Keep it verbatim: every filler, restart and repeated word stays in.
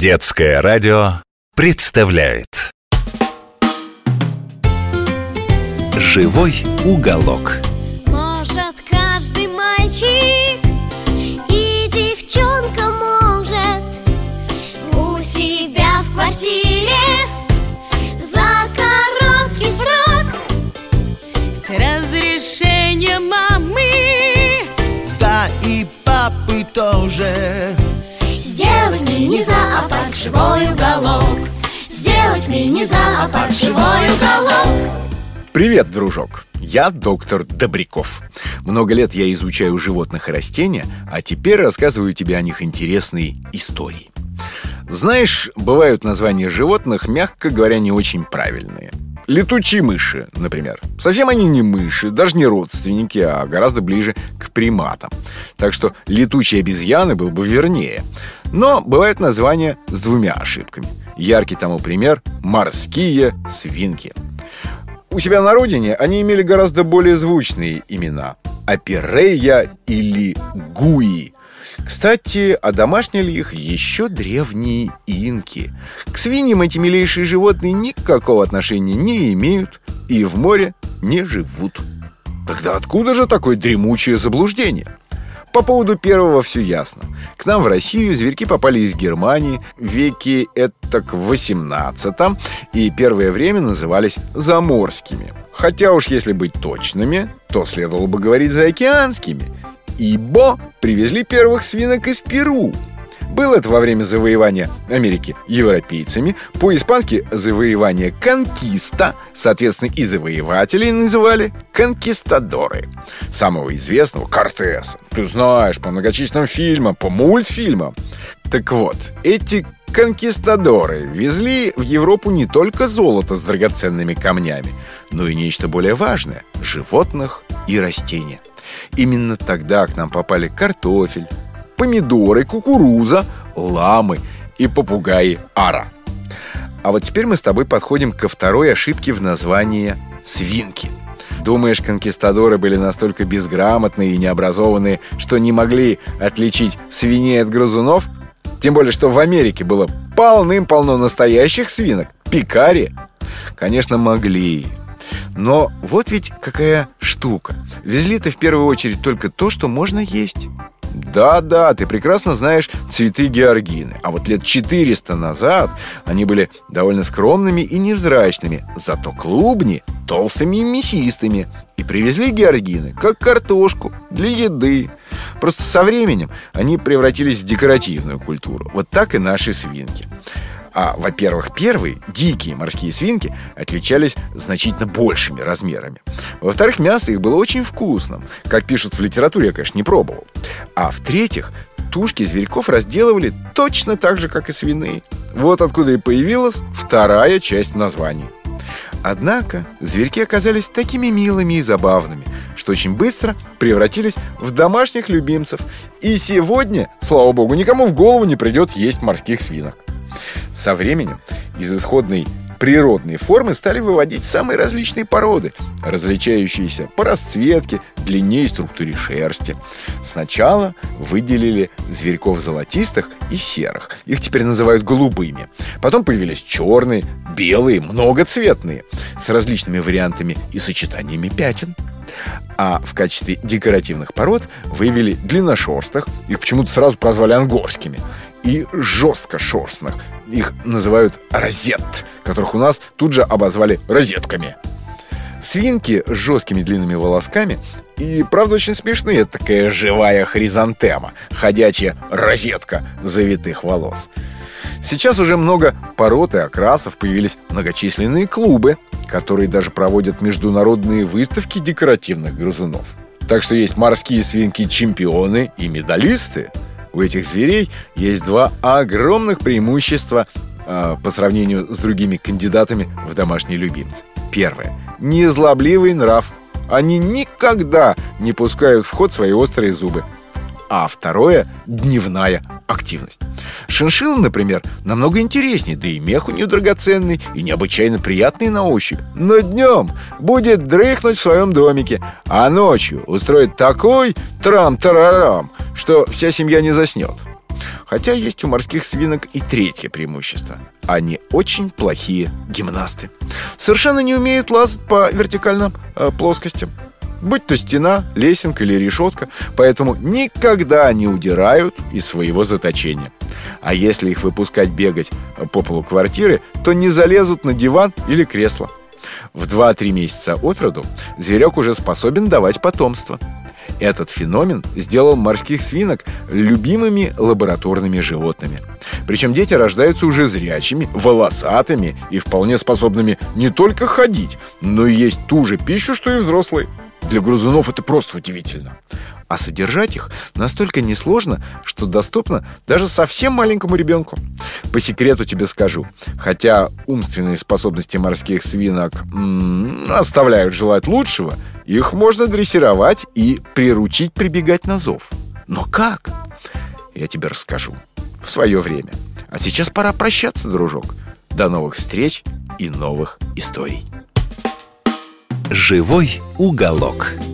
Детское радио представляет «Живой уголок». Может каждый мальчик и девчонка может у себя в квартире за короткий срок с разрешения мамы, да и папы тоже сделать мини-зоопарк «Живой уголок». Сделать мини-зоопарк «Живой уголок». Привет, дружок! Я доктор Добряков. Много лет я изучаю животных и растения, а теперь рассказываю тебе о них интересные истории. Знаешь, бывают названия животных, мягко говоря, не очень правильные. Летучие мыши, например. Совсем они не мыши, даже не родственники, а гораздо ближе к приматам. Так что летучие обезьяны был бы вернее. Но бывают названия с двумя ошибками. Яркий тому пример – морские свинки. У себя на родине они имели гораздо более звучные имена – Апирея или Гуи. Кстати, одомашнили их еще древние инки. К свиньям эти милейшие животные никакого отношения не имеют и в море не живут. Тогда откуда же такое дремучее заблуждение? По поводу первого все ясно. К нам в Россию зверьки попали из Германии в веке этак в восемнадцатом, и первое время назывались заморскими. Хотя уж если быть точными, то следовало бы говорить заокеанскими, ибо привезли первых свинок из Перу. Было это во время завоевания Америки европейцами. По-испански завоевание «конкиста», соответственно, и завоевателей называли «конкистадоры». Самого известного — Кортеса. Ты знаешь, по многочисленным фильмам, по мультфильмам. Так вот, эти конкистадоры везли в Европу не только золото с драгоценными камнями, но и нечто более важное — животных и растения. Именно тогда к нам попали картофель, помидоры, кукуруза, ламы и попугаи ара. А вот теперь мы с тобой подходим ко второй ошибке в названии свинки. Думаешь, конкистадоры были настолько безграмотные и необразованные, что не могли отличить свиней от грызунов? Тем более, что в Америке было полным-полно настоящих свинок, пикари. Конечно, могли. Но вот ведь какая штука. Везли-то в первую очередь только то, что можно есть. Да-да, ты прекрасно знаешь цветы георгины. А вот лет четыреста назад они были довольно скромными и невзрачными, зато клубни толстыми и мясистыми. И привезли георгины, как картошку, для еды. Просто со временем они превратились в декоративную культуру. Вот так и наши свинки. А, во-первых, первые, дикие морские свинки, отличались значительно большими размерами. Во-вторых, мясо их было очень вкусным. Как пишут в литературе, я, конечно, не пробовал. А в-третьих, тушки зверьков разделывали точно так же, как и свиные. Вот откуда и появилась вторая часть названий. Однако зверьки оказались такими милыми и забавными, что очень быстро превратились в домашних любимцев. И сегодня, слава богу, никому в голову не придет есть морских свинок. Со временем из исходной природной формы стали выводить самые различные породы, различающиеся по расцветке, длине и структуре шерсти. Сначала выделили зверьков золотистых и серых. Их теперь называют голубыми. Потом появились черные, белые, многоцветные, с различными вариантами и сочетаниями пятен. А в качестве декоративных пород вывели длинношерстых, их почему-то сразу прозвали ангорскими, и жесткошерстных, их называют розет, которых у нас тут же обозвали розетками. Свинки с жесткими длинными волосками и, правда, очень смешные. Это такая живая хризантема, ходячая розетка завитых волос. Сейчас уже много пород и окрасов, появились многочисленные клубы, которые даже проводят международные выставки декоративных грызунов. Так что есть морские свинки-чемпионы и медалисты. У этих зверей есть два огромных преимущества э, по сравнению с другими кандидатами в домашние любимцы. Первое. Незлобливый нрав. Они никогда не пускают в ход свои острые зубы. А второе – дневная активность. Шиншилла, например, намного интереснее, да и мех у нее драгоценный и необычайно приятный на ощупь. Но днем будет дрыхнуть в своем домике, а ночью устроит такой трам-тарарам, что вся семья не заснет. Хотя есть у морских свинок и третье преимущество. Они очень плохие гимнасты. Совершенно не умеют лазать по вертикальным э, плоскостям, будь то стена, лесенка или решетка, поэтому никогда не удирают из своего заточения. А если их выпускать бегать по полу квартиры, то не залезут на диван или кресло. В два-три месяца от роду зверек уже способен давать потомство. Этот феномен сделал морских свинок любимыми лабораторными животными. Причем дети рождаются уже зрячими, волосатыми и вполне способными не только ходить, но и есть ту же пищу, что и взрослые. Для грызунов это просто удивительно. А содержать их настолько несложно, что доступно даже совсем маленькому ребенку. По секрету тебе скажу, хотя умственные способности морских свинок м- оставляют желать лучшего, их можно дрессировать и приручить прибегать на зов. Но как? Я тебе расскажу в свое время. А сейчас пора прощаться, дружок. До новых встреч и новых историй. «Живой уголок».